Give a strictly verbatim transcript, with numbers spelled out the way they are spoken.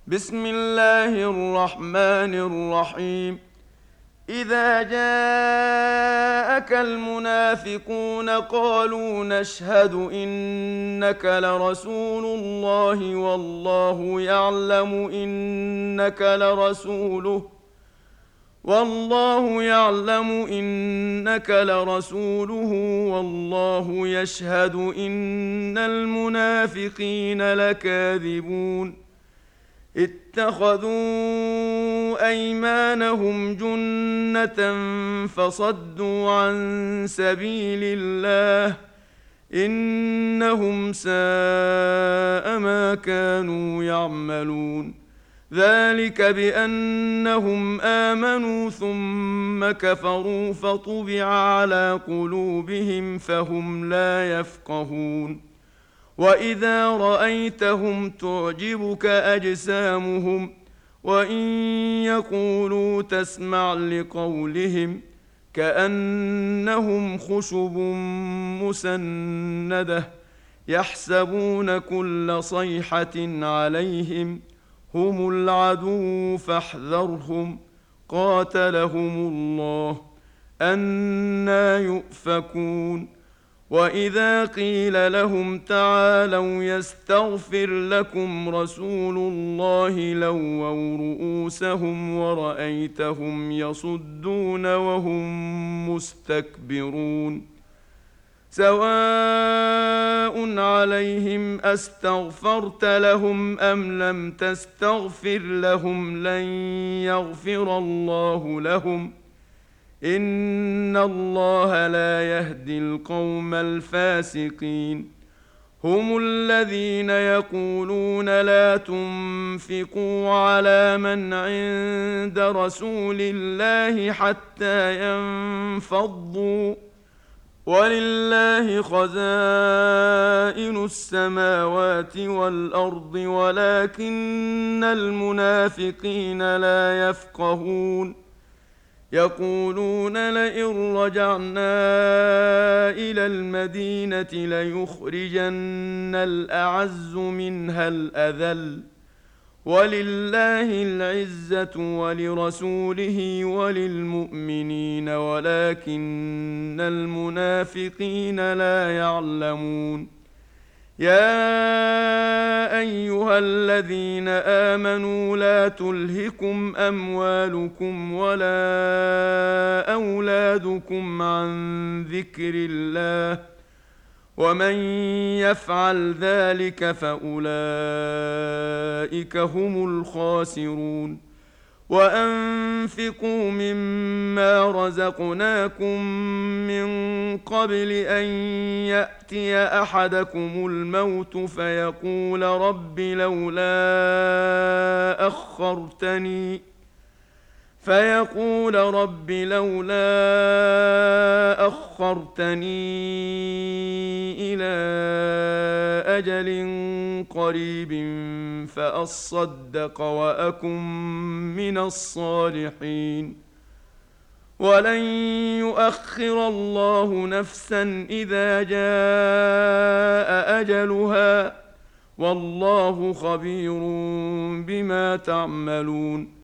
بسم الله الرحمن الرحيم. إذا جاءك المنافقون قالوا نشهد إنك لرسول الله والله يعلم إنك لرسوله والله يعلم إنك لرسوله والله يشهد إن المنافقين لكاذبون. اتخذوا أيمانهم جنة فصدوا عن سبيل الله إنهم ساء ما كانوا يعملون. ذلك بأنهم آمنوا ثم كفروا فطبع على قلوبهم فهم لا يفقهون. وإذا رأيتهم تعجبك أجسامهم وإن يقولوا تسمع لقولهم كأنهم خشب مسندة يحسبون كل صيحة عليهم هم العدو فاحذرهم قاتلهم الله أنى يؤفكون. وإذا قيل لهم تعالوا يستغفر لكم رسول الله لووا رؤوسهم ورأيتهم يصدون وهم مستكبرون. سواء عليهم أستغفرت لهم أم لم تستغفر لهم لن يغفر الله لهم إن الله لا يهدي القوم الفاسقين. هم الذين يقولون لا تنفقوا على من عند رسول الله حتى ينفضوا ولله خزائن السماوات والأرض ولكن المنافقين لا يفقهون. يقولون لئن رجعنا إلى المدينة ليخرجن الأعز منها الأذل ولله العزة ولرسوله وللمؤمنين ولكن المنافقين لا يعلمون. يا أيها الذين آمنوا لا تلهكم أموالكم ولا أولادكم عن ذكر الله ومن يفعل ذلك فأولئك هم الخاسرون. وأنفقوا مما رزقناكم من قبل أن يأتي أحدكم الموت فيقول رب لولا أخرتني فيقول رب لولا أخرتني إلى أجل قريب فأصدق وأكن من الصالحين. ولن يؤخر الله نفسا إذا جاء أجلها والله خبير بما تعملون.